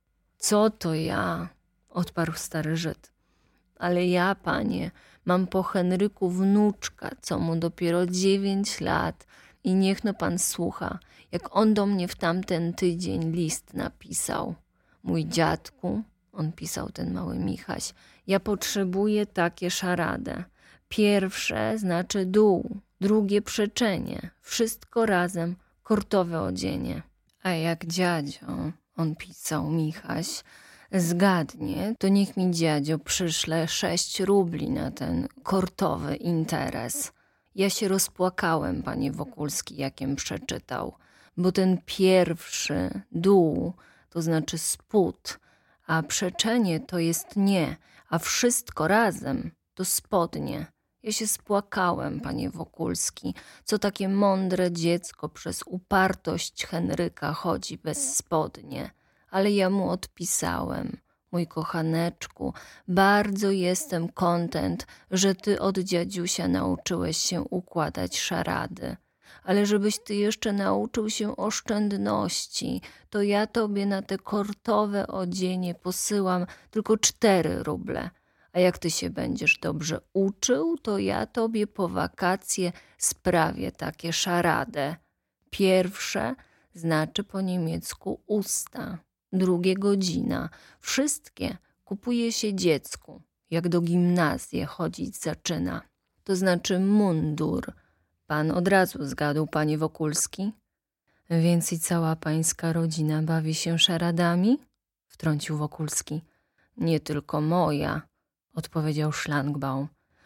Co to ja? Odparł stary Żyd. Ale ja, panie, mam po Henryku wnuczka, co mu dopiero dziewięć lat i niech no pan słucha, jak on do mnie w tamten tydzień list napisał. Mój dziadku, on pisał ten mały Michaś, ja potrzebuję takie szaradę. Pierwsze znaczy dół, drugie przeczenie, wszystko razem, kortowe odzienie. A jak dziadzio, on pisał Michaś, zgadnie, to niech mi dziadzio przyszle sześć rubli na ten kortowy interes. Ja się rozpłakałem, panie Wokulski, jakiem przeczytał, bo ten pierwszy dół to znaczy spód, a przeczenie to jest nie, a wszystko razem to spodnie. Ja się spłakałem, panie Wokulski, co takie mądre dziecko przez upartość Henryka chodzi bez spodnie. Ale ja mu odpisałem, mój kochaneczku, bardzo jestem kontent, że ty od dziadziusia nauczyłeś się układać szarady. Ale żebyś ty jeszcze nauczył się oszczędności, to ja tobie na te kortowe odzienie posyłam tylko cztery ruble. A jak ty się będziesz dobrze uczył, to ja tobie po wakacje sprawię takie szaradę. Pierwsze znaczy po niemiecku usta, drugie godzina. Wszystkie kupuje się dziecku, jak do gimnazji chodzić zaczyna. To znaczy mundur. Pan od razu zgadł, panie Wokulski? Więc i cała pańska rodzina bawi się szaradami? Wtrącił Wokulski. Nie tylko moja, odpowiedział Szlangbaum.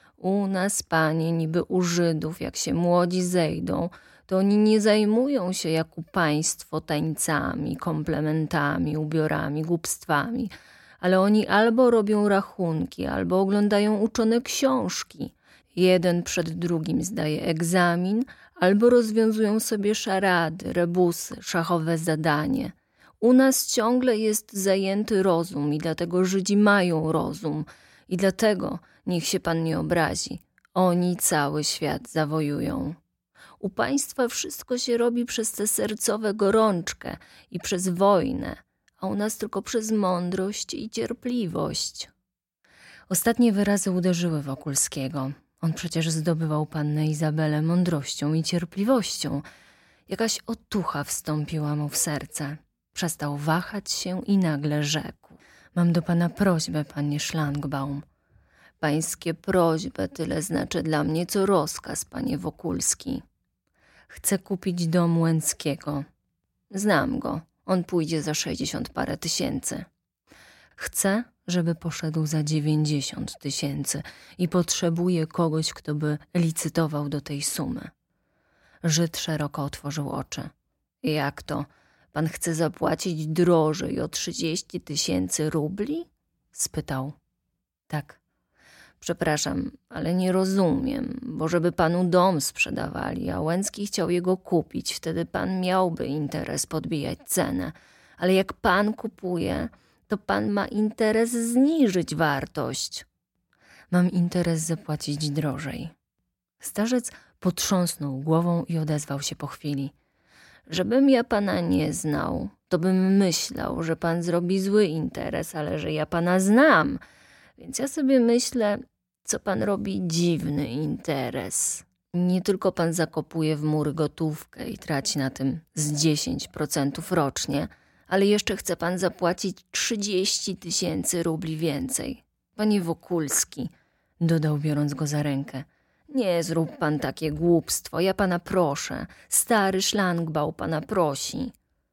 U nas, panie, niby u Żydów, jak się młodzi zejdą, to oni nie zajmują się jak u państwo tańcami, komplementami, ubiorami, głupstwami, ale oni albo robią rachunki, albo oglądają uczone książki. Jeden przed drugim zdaje egzamin, albo rozwiązują sobie szarady, rebusy, szachowe zadanie. U nas ciągle jest zajęty rozum i dlatego Żydzi mają rozum i dlatego, niech się pan nie obrazi, oni cały świat zawojują. U państwa wszystko się robi przez tę sercowe gorączkę i przez wojnę, a u nas tylko przez mądrość i cierpliwość. Ostatnie wyrazy uderzyły Wokulskiego. On przecież zdobywał pannę Izabelę mądrością i cierpliwością. Jakaś otucha wstąpiła mu w serce. Przestał wahać się i nagle rzekł. Mam do pana prośbę, panie Szlangbaum. Pańskie prośby tyle znaczy dla mnie, co rozkaz, panie Wokulski. Chcę kupić dom Łęckiego. Znam go. On pójdzie za sześćdziesiąt parę tysięcy. Chcę, żeby poszedł za dziewięćdziesiąt tysięcy i potrzebuję kogoś, kto by licytował do tej sumy. Żyd szeroko otworzył oczy. Jak to? Pan chce zapłacić drożej o trzydzieści tysięcy rubli? Spytał. Tak. Przepraszam, ale nie rozumiem, bo żeby panu dom sprzedawali, a Łęcki chciał jego kupić, wtedy pan miałby interes podbijać cenę. Ale jak pan kupuje, to pan ma interes zniżyć wartość. Mam interes zapłacić drożej. Starzec potrząsnął głową i odezwał się po chwili. Żebym ja pana nie znał, to bym myślał, że pan zrobi zły interes, ale że ja pana znam. Więc ja sobie myślę, co pan robi dziwny interes. Nie tylko pan zakopuje w mury gotówkę i traci na tym z dziesięć procent rocznie, ale jeszcze chce pan zapłacić trzydzieści tysięcy rubli więcej. Panie Wokulski, dodał biorąc go za rękę, nie zrób pan takie głupstwo, ja pana proszę. Stary Szlangbał pana prosi.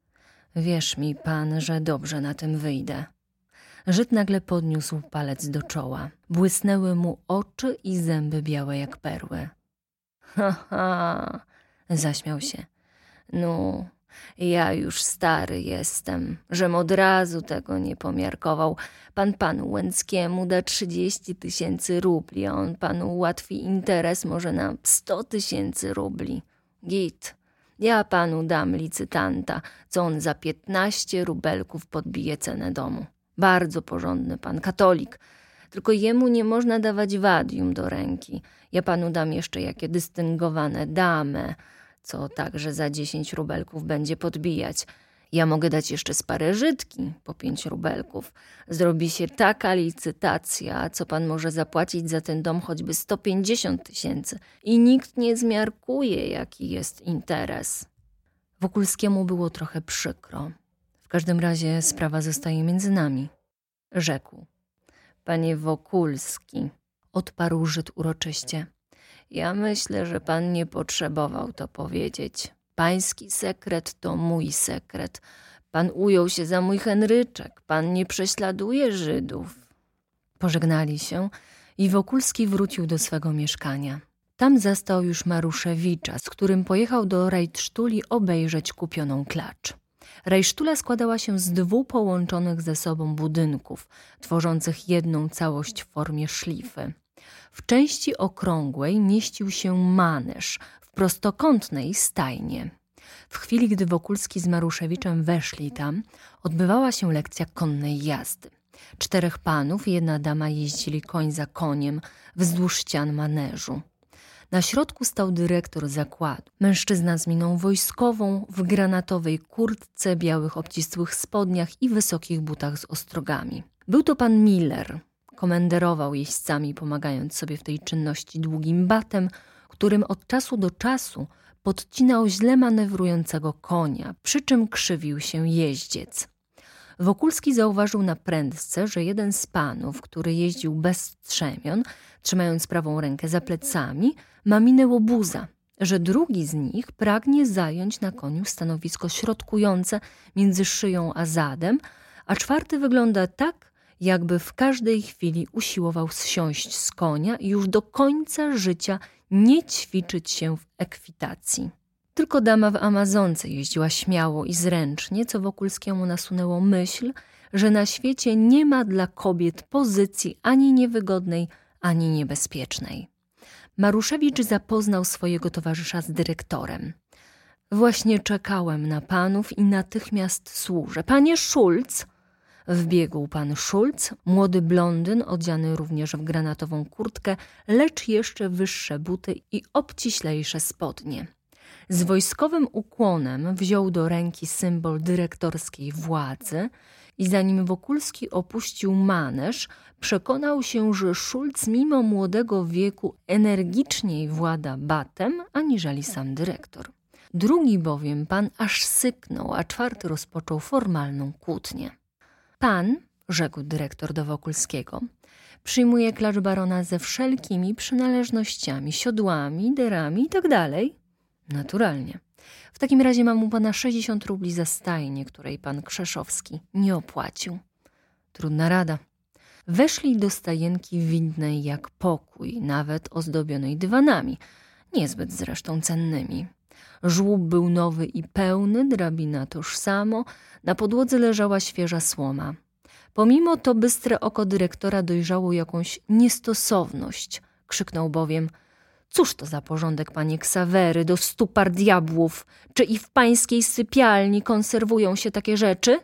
Wierz mi pan, że dobrze na tym wyjdę. Żyd nagle podniósł palec do czoła. Błysnęły mu oczy i zęby białe jak perły. Ha, ha, zaśmiał się. No, ja już stary jestem, żem od razu tego nie pomiarkował. Pan panu Łęckiemu da trzydzieści tysięcy rubli, a on panu ułatwi interes może na sto tysięcy rubli. Git, Ja panu dam licytanta, co on za piętnaście rubelków podbije cenę domu. Bardzo porządny pan, katolik. Tylko jemu nie można dawać wadium do ręki. Ja panu dam jeszcze jakie dystyngowane damę, co także za dziesięć rubelków będzie podbijać. Ja mogę dać jeszcze z parę żydki po pięć rubelków. Zrobi się taka licytacja, co pan może zapłacić za ten dom choćby sto pięćdziesiąt tysięcy. I nikt nie zmiarkuje, jaki jest interes. Wokulskiemu było trochę przykro. W każdym razie sprawa zostaje między nami. Rzekł. Panie Wokulski, odparł Żyd uroczyście. Ja myślę, że pan nie potrzebował to powiedzieć. Pański sekret to mój sekret. Pan ujął się za mój Henryczek. Pan nie prześladuje Żydów. Pożegnali się i Wokulski wrócił do swego mieszkania. Tam zastał już Maruszewicza, z którym pojechał do rajtsztuli obejrzeć kupioną klacz. Rajtsztula składała się z dwóch połączonych ze sobą budynków, tworzących jedną całość w formie szlify. W części okrągłej mieścił się maneż, w prostokątnej stajnie. W chwili, gdy Wokulski z Maruszewiczem weszli tam, odbywała się lekcja konnej jazdy. Czterech panów i jedna dama jeździli koń za koniem wzdłuż ścian maneżu. Na środku stał dyrektor zakładu, mężczyzna z miną wojskową, w granatowej kurtce, białych obcisłych spodniach i wysokich butach z ostrogami. Był to pan Miller. Komenderował jeźdźcami, pomagając sobie w tej czynności długim batem, którym od czasu do czasu podcinał źle manewrującego konia, przy czym krzywił się jeździec. Wokulski zauważył na prędce, że jeden z panów, który jeździł bez strzemion, trzymając prawą rękę za plecami, ma minę łobuza, że drugi z nich pragnie zająć na koniu stanowisko środkujące między szyją a zadem, a czwarty wygląda tak, jakby w każdej chwili usiłował zsiąść z konia i już do końca życia nie ćwiczyć się w ekwitacji. Tylko dama w amazonce jeździła śmiało i zręcznie, co Wokulskiemu nasunęło myśl, że na świecie nie ma dla kobiet pozycji ani niewygodnej, ani niebezpiecznej. Maruszewicz zapoznał swojego towarzysza z dyrektorem. Właśnie czekałem na panów i natychmiast służę. Panie Szulc! Wbiegł pan Szulc, młody blondyn, odziany również w granatową kurtkę, lecz jeszcze wyższe buty i obciślejsze spodnie. Z wojskowym ukłonem wziął do ręki symbol dyrektorskiej władzy i zanim Wokulski opuścił maneż, przekonał się, że Szulc mimo młodego wieku energiczniej włada batem, aniżeli sam dyrektor. Drugi bowiem pan aż syknął, a czwarty rozpoczął formalną kłótnię. Pan, rzekł dyrektor do Wokulskiego, przyjmuje klacz barona ze wszelkimi przynależnościami, siodłami, derami i tak dalej? Naturalnie. W takim razie mam u pana sześćdziesiąt rubli za stajnię, której pan Krzeszowski nie opłacił. Trudna rada. Weszli do stajenki widnej jak pokój, nawet ozdobionej dywanami, niezbyt zresztą cennymi. Żłób był nowy i pełny, drabina toż samo, na podłodze leżała świeża słoma. Pomimo to bystre oko dyrektora dojrzało jakąś niestosowność. Krzyknął bowiem: cóż to za porządek, panie Ksawery, do stu par diabłów? Czy i w pańskiej sypialni konserwują się takie rzeczy?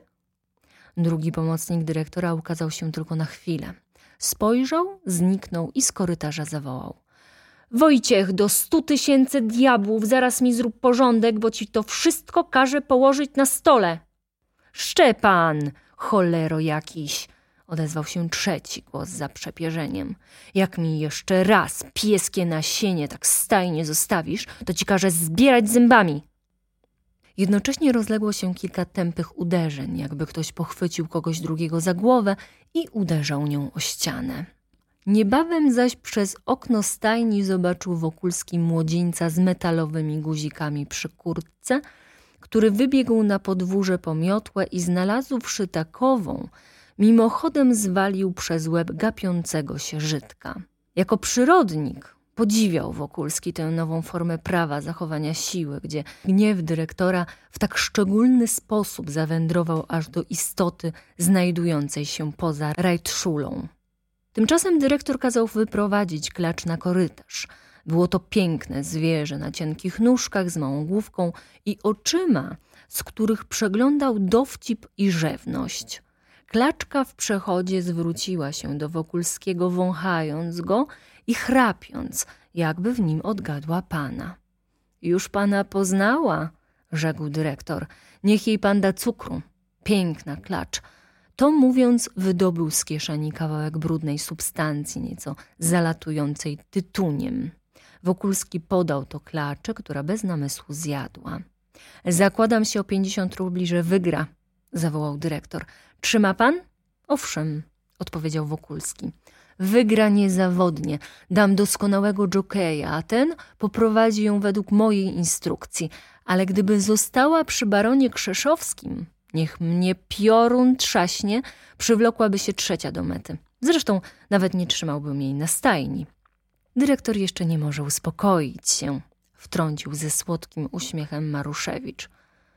Drugi pomocnik dyrektora ukazał się tylko na chwilę. Spojrzał, zniknął i z korytarza zawołał: Wojciech, do stu tysięcy diabłów, zaraz mi zrób porządek, bo ci to wszystko każe położyć na stole. Szczepan, cholero jakiś, odezwał się trzeci głos za przepierzeniem. Jak mi jeszcze raz pieskie nasienie tak stajnie zostawisz, to ci każę zbierać zębami. Jednocześnie rozległo się kilka tępych uderzeń, jakby ktoś pochwycił kogoś drugiego za głowę i uderzał nią o ścianę. Niebawem zaś przez okno stajni zobaczył Wokulski młodzieńca z metalowymi guzikami przy kurtce, który wybiegł na podwórze po miotłę i znalazłszy takową, mimochodem zwalił przez łeb gapiącego się Żydka. Jako przyrodnik podziwiał Wokulski tę nową formę prawa zachowania siły, gdzie gniew dyrektora w tak szczególny sposób zawędrował aż do istoty znajdującej się poza rajtszulą. Tymczasem dyrektor kazał wyprowadzić klacz na korytarz. Było to piękne zwierzę na cienkich nóżkach z małą główką i oczyma, z których przeglądał dowcip i rzewność. Klaczka w przechodzie zwróciła się do Wokulskiego, wąchając go i chrapiąc, jakby w nim odgadła pana. Już pana poznała, rzekł dyrektor. Niech jej pan da cukru. Piękna klacz. To mówiąc, wydobył z kieszeni kawałek brudnej substancji, nieco zalatującej tytuniem. Wokulski podał to klaczy, która bez namysłu zjadła. Zakładam się o pięćdziesiąt rubli, że wygra, zawołał dyrektor. Trzyma pan? Owszem, odpowiedział Wokulski. Wygra niezawodnie. Dam doskonałego dżokeja, a ten poprowadzi ją według mojej instrukcji. Ale gdyby została przy baronie Krzeszowskim, niech mnie piorun trzaśnie, przywlokłaby się trzecia do mety. Zresztą nawet nie trzymałbym jej na stajni. Dyrektor jeszcze nie może uspokoić się, wtrącił ze słodkim uśmiechem Maruszewicz.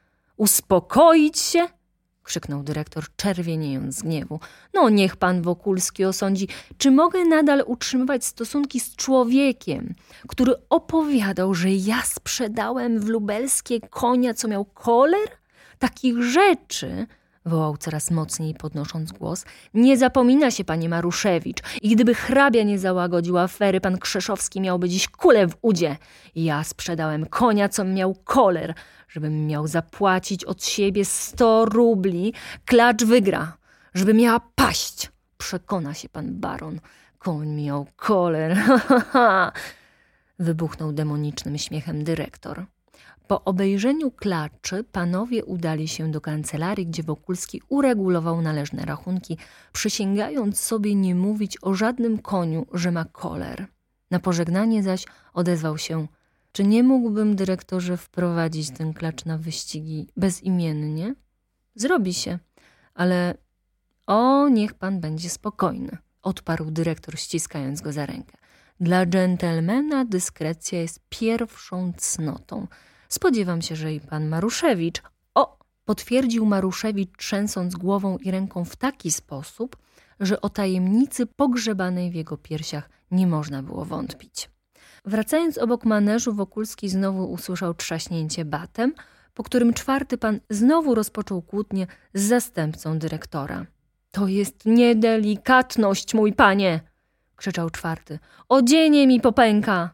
Uspokoić się? Krzyknął dyrektor, czerwieniejąc z gniewu. No niech pan Wokulski osądzi, czy mogę nadal utrzymywać stosunki z człowiekiem, który opowiadał, że ja sprzedałem w Lubelskie konia, co miał koler? Takich rzeczy, wołał coraz mocniej, podnosząc głos, nie zapomina się, panie Maruszewicz. I gdyby hrabia nie załagodził afery, pan Krzeszowski miałby dziś kulę w udzie. Ja sprzedałem konia, co miał koler. Żebym miał zapłacić od siebie sto rubli, klacz wygra. Żeby miała paść. Przekona się pan baron. Koń miał koler. Ha, ha, ha. Wybuchnął demonicznym śmiechem dyrektor. Po obejrzeniu klaczy panowie udali się do kancelarii, gdzie Wokulski uregulował należne rachunki, przysięgając sobie nie mówić o żadnym koniu, że ma koler. Na pożegnanie zaś odezwał się: czy nie mógłbym, dyrektorze, wprowadzić ten klacz na wyścigi bezimiennie? Zrobi się, ale o, niech pan będzie spokojny, odparł dyrektor, ściskając go za rękę. Dla dżentelmena dyskrecja jest pierwszą cnotą. Spodziewam się, że i pan Maruszewicz... O! Potwierdził Maruszewicz, trzęsąc głową i ręką w taki sposób, że o tajemnicy pogrzebanej w jego piersiach nie można było wątpić. Wracając obok maneżu, Wokulski znowu usłyszał trzaśnięcie batem, po którym czwarty pan znowu rozpoczął kłótnię z zastępcą dyrektora. To jest niedelikatność, mój panie! Krzyczał czwarty. Odzienie mi popęka!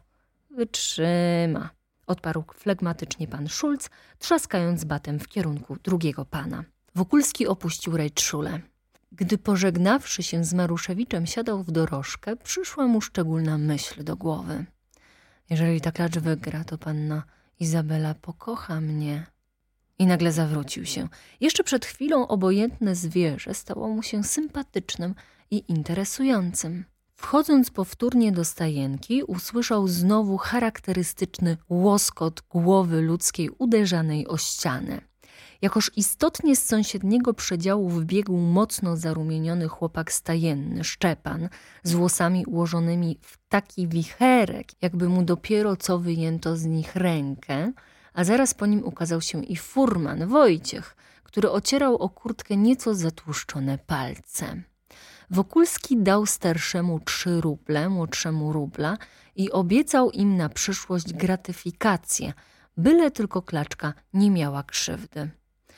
Wytrzyma, odparł flegmatycznie pan Szulc, trzaskając batem w kierunku drugiego pana. Wokulski opuścił rejtszulę. Gdy pożegnawszy się z Maruszewiczem siadał w dorożkę, przyszła mu szczególna myśl do głowy. Jeżeli ta klacz wygra, to panna Izabela pokocha mnie. I nagle zawrócił się. Jeszcze przed chwilą obojętne zwierzę stało mu się sympatycznym i interesującym. Wchodząc powtórnie do stajenki, usłyszał znowu charakterystyczny łoskot głowy ludzkiej uderzanej o ścianę. Jakoż istotnie z sąsiedniego przedziału wbiegł mocno zarumieniony chłopak stajenny, Szczepan, z włosami ułożonymi w taki wicherek, jakby mu dopiero co wyjęto z nich rękę, a zaraz po nim ukazał się i furman, Wojciech, który ocierał o kurtkę nieco zatłuszczone palce. Wokulski dał starszemu trzy ruble, młodszemu rubla i obiecał im na przyszłość gratyfikację, byle tylko klaczka nie miała krzywdy.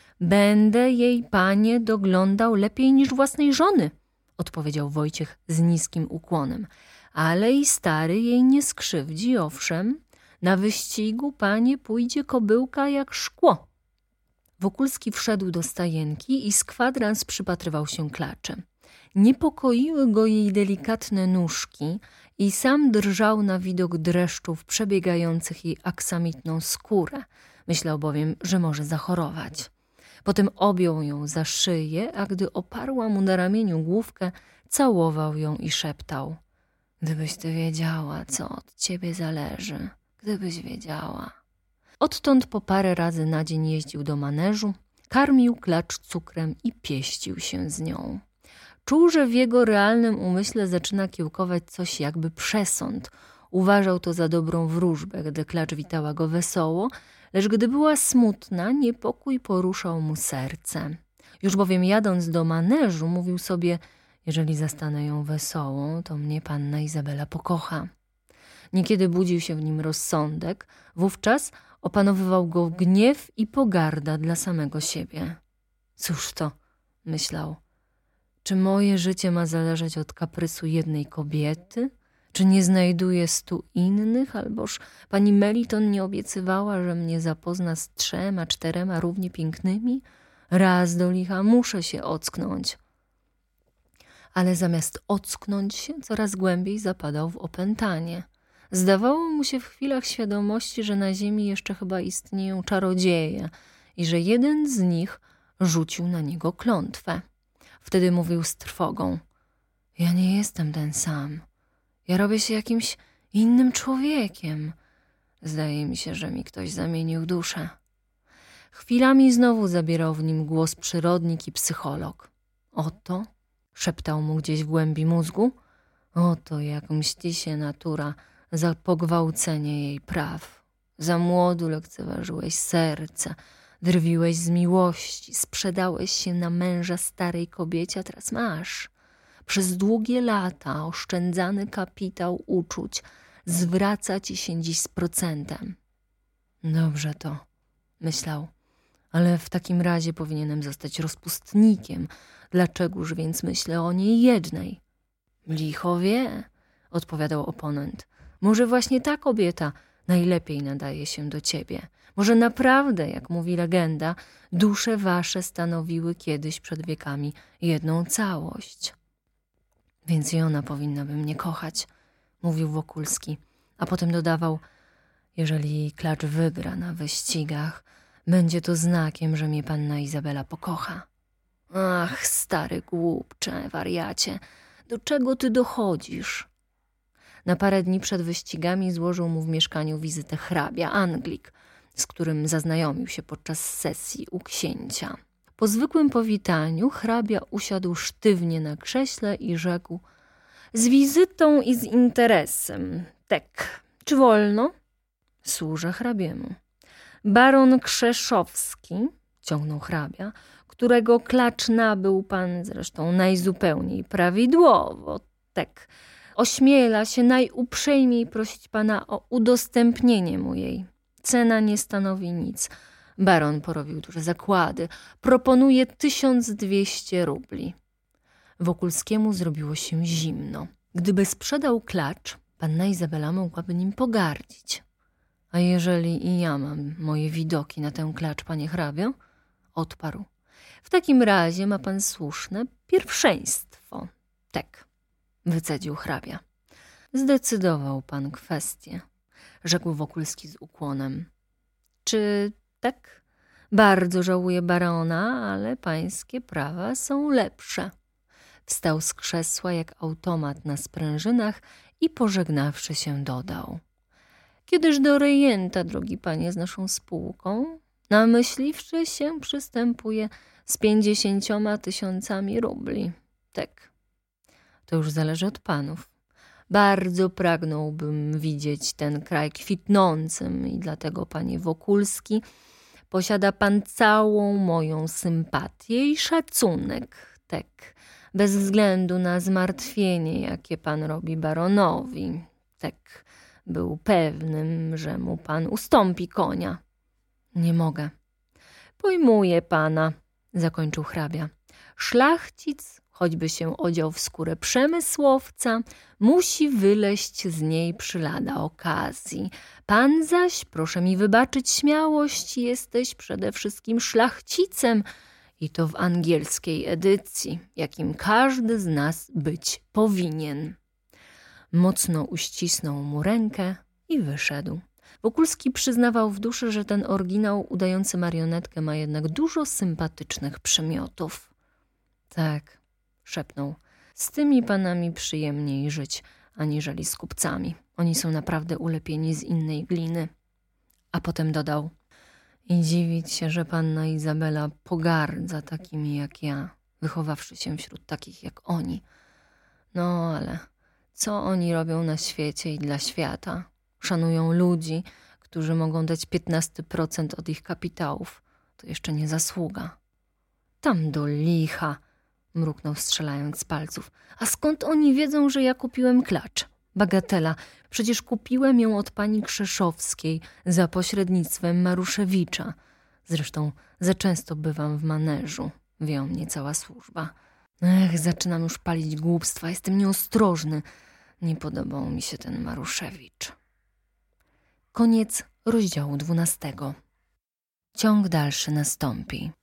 Będę jej, panie, doglądał lepiej niż własnej żony, odpowiedział Wojciech z niskim ukłonem. Ale i stary jej nie skrzywdzi, owszem. Na wyścigu, panie, pójdzie kobyłka jak szkło. Wokulski wszedł do stajenki i z kwadrans przypatrywał się klaczy. Niepokoiły go jej delikatne nóżki i sam drżał na widok dreszczów przebiegających jej aksamitną skórę. Myślał bowiem, że może zachorować. Potem objął ją za szyję, a gdy oparła mu na ramieniu główkę, całował ją i szeptał: gdybyś ty wiedziała, co od ciebie zależy, gdybyś wiedziała. Odtąd po parę razy na dzień jeździł do maneżu, karmił klacz cukrem i pieścił się z nią. Czuł, że w jego realnym umyśle zaczyna kiełkować coś jakby przesąd. Uważał to za dobrą wróżbę, gdy klacz witała go wesoło, lecz gdy była smutna, niepokój poruszał mu serce. Już bowiem jadąc do maneżu, mówił sobie: jeżeli zastanę ją wesołą, to mnie panna Izabela pokocha. Niekiedy budził się w nim rozsądek, wówczas opanowywał go gniew i pogarda dla samego siebie. Cóż to, myślał, czy moje życie ma zależeć od kaprysu jednej kobiety? Czy nie znajduję stu innych? Alboż pani Meliton nie obiecywała, że mnie zapozna z trzema, czterema równie pięknymi? Raz do licha muszę się ocknąć. Ale zamiast ocknąć się, coraz głębiej zapadał w opętanie. Zdawało mu się w chwilach świadomości, że na ziemi jeszcze chyba istnieją czarodzieje i że jeden z nich rzucił na niego klątwę. Wtedy mówił z trwogą: ja nie jestem ten sam. Ja robię się jakimś innym człowiekiem. Zdaje mi się, że mi ktoś zamienił duszę. Chwilami znowu zabierał w nim głos przyrodnik i psycholog. Oto, szeptał mu gdzieś w głębi mózgu, oto jak mści się natura za pogwałcenie jej praw. Za młodu lekceważyłeś serce, drwiłeś z miłości, sprzedałeś się na męża starej kobiecie, a teraz masz. Przez długie lata oszczędzany kapitał uczuć zwraca ci się dziś z procentem. Dobrze to, myślał, ale w takim razie powinienem zostać rozpustnikiem. Dlaczegoż więc myślę o niej jednej? Licho wie, odpowiadał oponent. Może właśnie ta kobieta najlepiej nadaje się do ciebie. Może naprawdę, jak mówi legenda, dusze wasze stanowiły kiedyś przed wiekami jedną całość. Więc i ona powinna by mnie kochać, mówił Wokulski, a potem dodawał: jeżeli klacz wygra na wyścigach, będzie to znakiem, że mnie panna Izabela pokocha. Ach, stary głupcze, wariacie, do czego ty dochodzisz? Na parę dni przed wyścigami złożył mu w mieszkaniu wizytę hrabia, Anglik, z którym zaznajomił się podczas sesji u księcia. Po zwykłym powitaniu hrabia usiadł sztywnie na krześle i rzekł: z wizytą i z interesem. Tak, czy wolno? Służę hrabiemu. Baron Krzeszowski, ciągnął hrabia, którego klacz nabył pan zresztą najzupełniej prawidłowo, tak, ośmiela się najuprzejmiej prosić pana o udostępnienie mu jej. Cena nie stanowi nic. Baron porobił duże zakłady. Proponuje tysiąc dwieście rubli. Wokulskiemu zrobiło się zimno. Gdyby sprzedał klacz, panna Izabela mogłaby nim pogardzić. A jeżeli i ja mam moje widoki na tę klacz, panie hrabio? Odparł. W takim razie ma pan słuszne pierwszeństwo. Tak, wycedził hrabia. Zdecydował pan kwestię, rzekł Wokulski z ukłonem. Czy tak? Bardzo żałuję barona, ale pańskie prawa są lepsze. Wstał z krzesła jak automat na sprężynach i pożegnawszy się dodał: kiedyż do rejenta, drogi panie, z naszą spółką? Namyśliwszy się, przystępuje z pięćdziesięcioma tysiącami rubli. Tak, to już zależy od panów. Bardzo pragnąłbym widzieć ten kraj kwitnącym i dlatego, panie Wokulski, posiada pan całą moją sympatię i szacunek, tak, bez względu na zmartwienie, jakie pan robi baronowi, tak, był pewnym, że mu pan ustąpi konia. Nie mogę. Pojmuję pana, zakończył hrabia. Szlachcic, choćby się odział w skórę przemysłowca, musi wyleść z niej przy lada okazji. Pan zaś, proszę mi wybaczyć śmiałość, jesteś przede wszystkim szlachcicem i to w angielskiej edycji, jakim każdy z nas być powinien. Mocno uścisnął mu rękę i wyszedł. Wokulski przyznawał w duszy, że ten oryginał udający marionetkę ma jednak dużo sympatycznych przymiotów. Tak, szepnął, z tymi panami przyjemniej żyć, aniżeli z kupcami. Oni są naprawdę ulepieni z innej gliny. A potem dodał: i dziwić się, że panna Izabela pogardza takimi jak ja, wychowawszy się wśród takich jak oni. No ale co oni robią na świecie i dla świata? Szanują ludzi, którzy mogą dać piętnaście procent od ich kapitałów. To jeszcze nie zasługa. Tam do licha, mruknął strzelając z palców. A skąd oni wiedzą, że ja kupiłem klacz? Bagatela. Przecież kupiłem ją od pani Krzeszowskiej za pośrednictwem Maruszewicza. Zresztą za często bywam w maneżu. Wie o mnie cała służba. Ech, zaczynam już palić głupstwa. Jestem nieostrożny. Nie podobał mi się ten Maruszewicz. Koniec rozdziału dwunastego. Ciąg dalszy nastąpi.